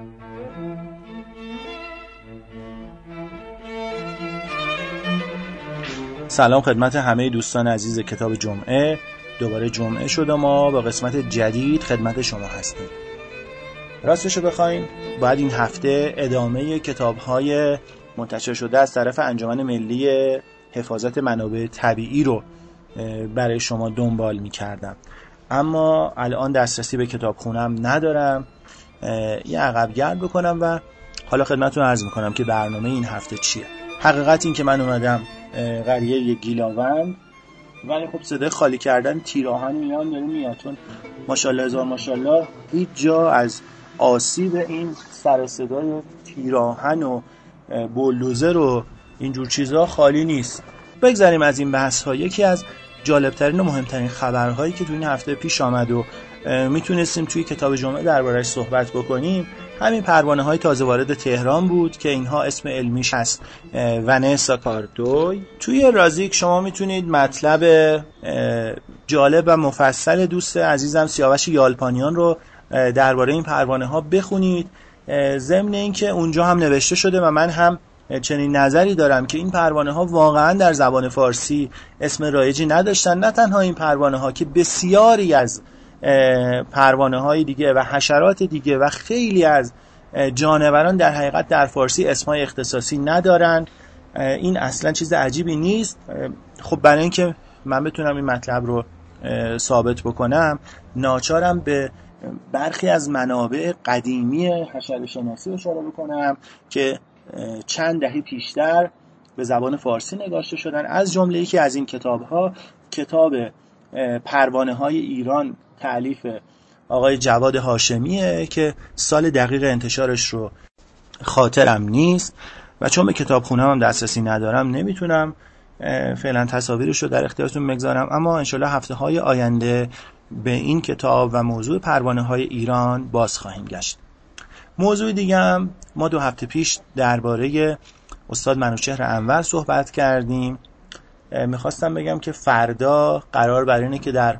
سلام خدمت همه دوستان عزیز کتاب جمعه. دوباره جمعه شد و ما با قسمت جدید خدمت شما هستیم. راستشو بخواین باید این هفته ادامه کتاب‌های منتشر شده از طرف انجمن ملی حفاظت منابع طبیعی رو برای شما دنبال می‌کردم، اما الان دسترسی به کتابخونم ندارم. یه عقب گرد بکنم و حالا خدمتتون عرض می‌کنم که برنامه این هفته چیه. حقیقت این که من اومدم قریه گیلاوند، ولی خب صدای خالی کردن تیراهن میان داره میاد، چون ماشاءالله هزار ماشاءالله هیچ جا از آسیب این سر صدای تیراهن و بولدوزر و اینجور چیزها خالی نیست. بگذاریم از این بحث ها. یکی از جالبترین و مهمترین خبرهایی که تو این هفته پیش آمد و میتونستیم توی کتاب جمعه درباره‌اش صحبت بکنیم، همین پروانه های تازه وارد تهران بود که اینها اسم علمیش هست ونسا کاردوی. توی رازیک شما میتونید مطلب جالب و مفصل دوست عزیزم سیاوش یالپانیان رو درباره این پروانه ها بخونید. ضمن اینکه اونجا هم نوشته شده و من هم چنین نظری دارم که این پروانه ها واقعا در زبان فارسی اسم رایجی نداشتن. نه تنها این پروانه ها که بسیاری از پروانه های دیگه و حشرات دیگه و خیلی از جانوران در حقیقت در فارسی اسمای اختصاصی ندارن. این اصلا چیز عجیبی نیست. خب برای اینکه من بتونم این مطلب رو ثابت بکنم، ناچارم به برخی از منابع قدیمی حشره شناسی اشاره بکنم که چند دهه پیشتر به زبان فارسی نگاشته شدن. از جمله یکی از این کتاب‌ها کتاب پروانه های ایران تألیف آقای جواد هاشمیه که سال دقیق انتشارش رو خاطرم نیست و چون به کتابخونه‌ام هم دسترسی ندارم نمیتونم فعلا تصاویرش رو در اختیارتون بگذارم، اما انشالله هفته‌های آینده به این کتاب و موضوع پروانه های ایران باز خواهیم گشت. موضوع دیگه هم ما 2 هفته پیش درباره استاد منوچهر انور صحبت کردیم. میخواستم بگم که فردا قرار بر اینه که در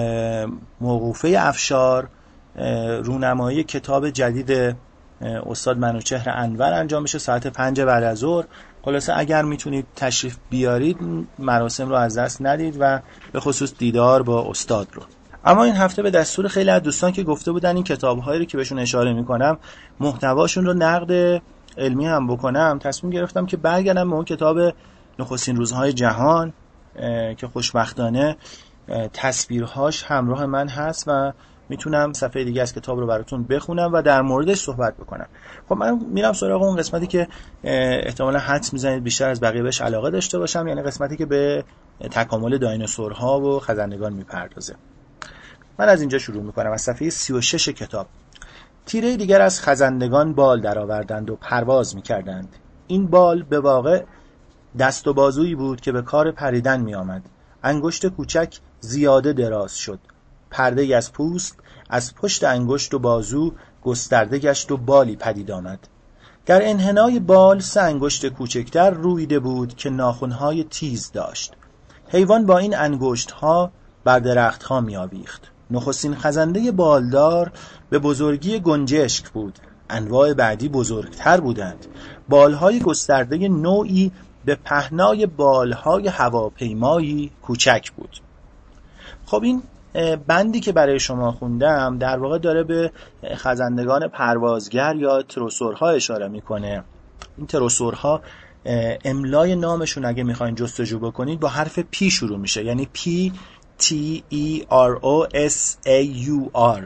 موقوفه افشار رونمایی کتاب جدید استاد منوچهر انور انجام بشه ساعت 5 بعد از ظهر. خلاصه اگر میتونید تشریف بیارید مراسم رو از دست ندید و به خصوص دیدار با استاد رو. اما این هفته به دستور خیلی از دوستان که گفته بودن این کتاب‌هایی رو که بهشون اشاره میکنم محتواشون رو نقد علمی هم بکنم، تصمیم گرفتم که برگردم به اون کتاب نخستین روزهای جهان که خوشبختانه تصویرهاش همراه من هست و میتونم صفحه دیگه از کتاب رو براتون بخونم و در موردش صحبت بکنم. خب من میرم سراغ اون قسمتی که احتمالا حدس میزنید بیشتر از بقیه بهش علاقه داشته باشم، یعنی قسمتی که به تکامل دایناسورها و خزندگان میپردازه. من از اینجا شروع میکنم، از صفحه 36 کتاب. تیره دیگر از خزندگان بال درآوردند و پرواز میکردند. این بال به واقع دست و بازویی بود که به کار پریدن می آمد. انگشت کوچک زیاده دراز شد. پرده از پوست از پشت انگشت و بازو گسترده گشت و بالی پدید آمد. در انحنای بال 3 انگشت کوچکتر رویده بود که ناخن‌های تیز داشت. حیوان با این انگشت‌ها بر درخت‌ها می‌آویخت. نخستین خزنده بالدار به بزرگی گنجشک بود. انواع بعدی بزرگتر بودند. بالهای گسترده نوعی به پهنای بالهای هواپیمایی کوچک بود. خب این بندی که برای شما خوندم در واقع داره به خزندگان پروازگر یا تروسورها اشاره میکنه. این تروسورها املای نامشون اگه میخواین جستجو بکنید با حرف پی شروع میشه، یعنی P T E R O S A U R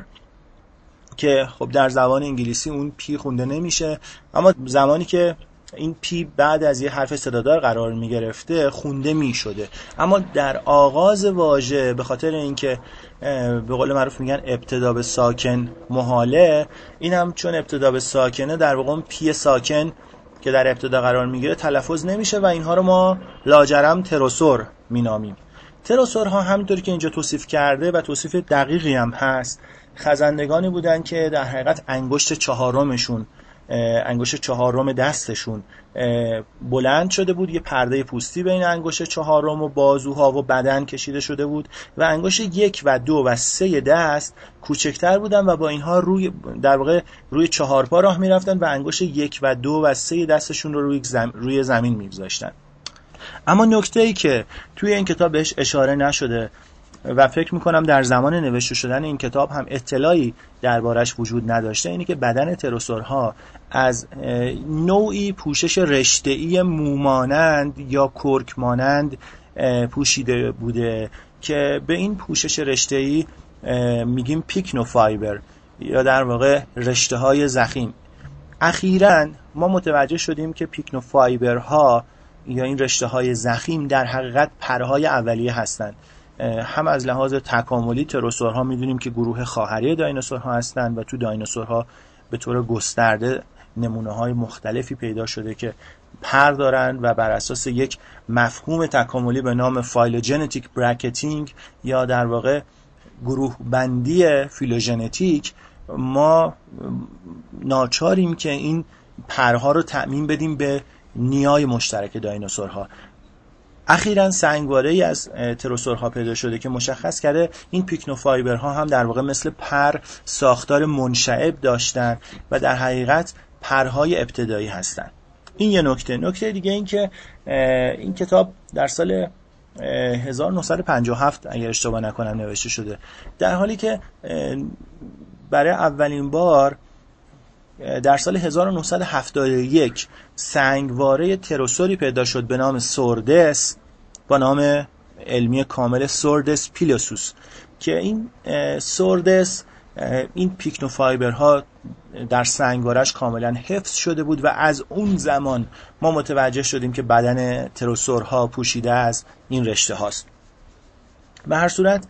که خب در زبان انگلیسی اون پی خونده نمیشه، اما زمانی که این پی بعد از یه حرف صدادار قرار میگرفته خونده میشده. اما در آغاز واژه به خاطر اینکه به قول معروف میگن ابتدا به ساکن محاله، این هم چون ابتدا به ساکنه در واقع اون پی ساکن که در ابتدا قرار میگیره تلفظ نمیشه و اینها رو ما لاجرم تروسور مینامیم. تروسورها همونطوری که اینجا توصیف کرده و توصیف دقیقی هم هست، خزندگانی بودن که در حقیقت انگشت چهارمشون انگشت چهارم دستشون بلند شده بود، یه پرده پوستی بین انگشت چهارم و بازوها و بدن کشیده شده بود و انگشت 1 و 2 و 3 دست کوچکتر بودن و با اینها در واقع روی 4 پا راه میرفتن و انگشت 1 و 2 و 3 دستشون رو روی زمین میگذاشتن. اما نکته‌ای که توی این کتاب بهش اشاره نشده و فکر میکنم در زمان نوشته شدن این کتاب هم اطلاعی دربارش وجود نداشته، اینه که بدن پتروسورها از نوعی پوشش رشته‌ای مومانند یا کرک مانند پوشیده بوده که به این پوشش رشته‌ای میگیم پیکنوفایبر یا در واقع رشته‌های ضخیم. اخیراً ما متوجه شدیم که پیکنوفایبرها یا این رشته‌های ضخیم در حقیقت پرهای اولیه هستند. هم از لحاظ تکاملی پتروسورها میدونیم که گروه خواهری دایناسورها هستند و تو دایناسورها به طور گسترده نمونه‌های مختلفی پیدا شده که پر دارن و بر اساس یک مفهوم تکاملی به نام فایلوژنتیک براکتینگ یا در واقع گروه بندی فیلوژنتیک ما ناچاریم که این پرها رو تأمین بدیم به نیای مشترک دایناسورها. اخیراً سنگواره‌ای از پتروسورها پیدا شده که مشخص کرده این پیکنوفایبرها هم در واقع مثل پر ساختار منشعب داشتن و در حقیقت پرهای ابتدایی هستن. این یه نکته دیگه این که این کتاب در سال 1957 اگر اشتباه نکنم نوشته شده، در حالی که برای اولین بار در سال 1971 سنگواره پتروسوری پیدا شد به نام سوردس، با نام علمی کامل سوردس پیلوسوس، که این سوردس این پیکنوفایبرها در سنگوارش کاملا حفظ شده بود و از اون زمان ما متوجه شدیم که بدن پتروسورها پوشیده از این رشته هاست. به هر صورت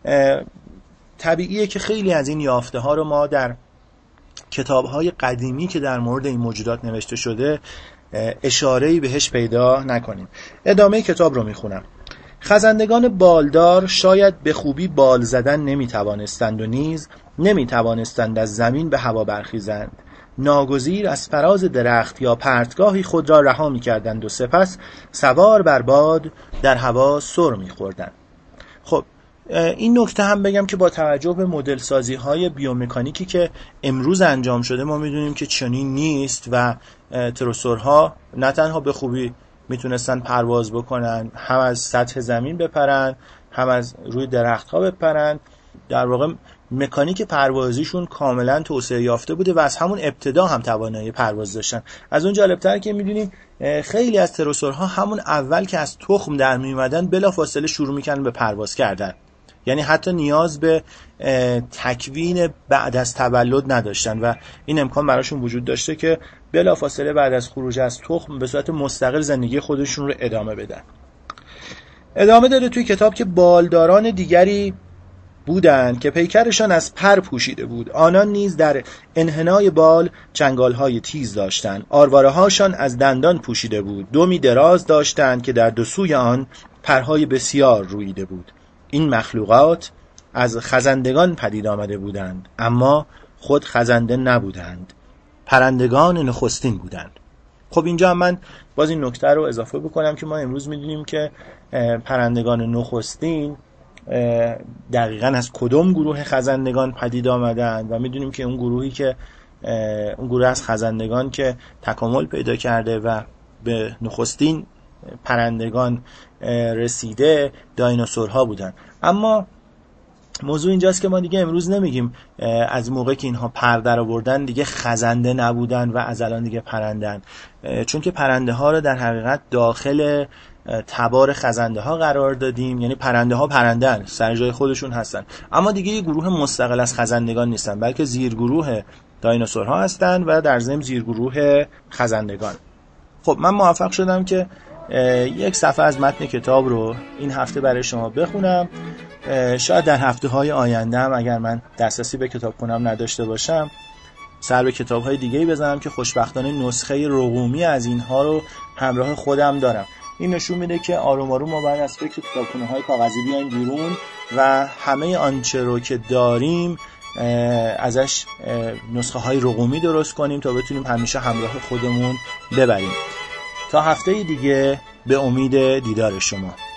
طبیعیه که خیلی از این یافته ها رو ما در کتاب‌های قدیمی که در مورد این موجودات نوشته شده اشاره‌ای بهش پیدا نکنیم. ادامه کتاب رو میخونم. خزندگان بالدار شاید به خوبی بال زدن نمیتوانستند و نیز نمیتوانستند از زمین به هوا برخیزند. ناگزیر از فراز درخت یا پرتگاهی خود را رها میکردند و سپس سوار بر باد در هوا سر میخوردند. خب این نکته هم بگم که با توجه به مدل سازی های بیومکانیکی که امروز انجام شده ما میدونیم که چنین نیست و پتروسورها نه تنها به خوبی میتونستن پرواز بکنن، هم از سطح زمین بپرن، هم از روی درخت ها بپرن. در واقع مکانیک پروازیشون کاملا توسعه یافته بوده و از همون ابتدا هم توانایی پرواز داشتن. از اون جالبتر که میدونیم خیلی از پتروسورها همون اول که از تخم در میومدن بلافاصله شروع میکنن به پرواز کردن، یعنی حتی نیاز به تکوین بعد از تولد نداشتن و این امکان براشون وجود داشته که بلافاصله بعد از خروج از تخم به صورت مستقل زندگی خودشون رو ادامه بدن. ادامه داده توی کتاب که بالداران دیگری بودند که پیکرشان از پر پوشیده بود. آنان نیز در انحنای بال چنگالهای تیز داشتند. آرواره هاشان از دندان پوشیده بود. دمی دراز داشتند که در دو سوی آن پرهای بسیار رویده بود. این مخلوقات از خزندگان پدید آمده بودند، اما خود خزنده نبودند، پرندگان نخستین بودند. خب اینجا هم من باز این نکته رو اضافه بکنم که ما امروز میدونیم که پرندگان نخستین دقیقاً از کدوم گروه خزندگان پدید آمدند و میدونیم که اون گروه از خزندگان که تکامل پیدا کرده و به نخستین پرندگان رسیده دایناسورها بودن. اما موضوع اینجاست که ما دیگه امروز نمیگیم از موقع که اینها پر در آوردن دیگه خزنده نبودن و از الان دیگه پرندن، چون که پرنده ها رو در حقیقت داخل تبار خزنده ها قرار دادیم، یعنی پرنده ها پرندن سر جای خودشون هستن، اما دیگه یه گروه مستقل از خزندگان نیستن، بلکه زیرگروه دایناسورها هستن و در ضمن زیرگروه خزندگان. خب من موفق شدم که یک صفحه از متن کتاب رو این هفته برای شما بخونم. شاید در هفته‌های آینده هم اگر من دسترسی به کتابخونه‌ام نداشته باشم سر به کتاب‌های دیگه‌ای بزنم که خوشبختانه نسخه رقومی از اینها رو همراه خودم دارم. این نشون میده که آروم آروم ما باید از فکر کتابخونه‌های کاغذی بیایم بیرون و همه آنچه رو که داریم ازش نسخه های رقمی درست کنیم تا بتونیم همیشه همراه خودمون ببریم. تا هفته دیگه، به امید دیدار شما.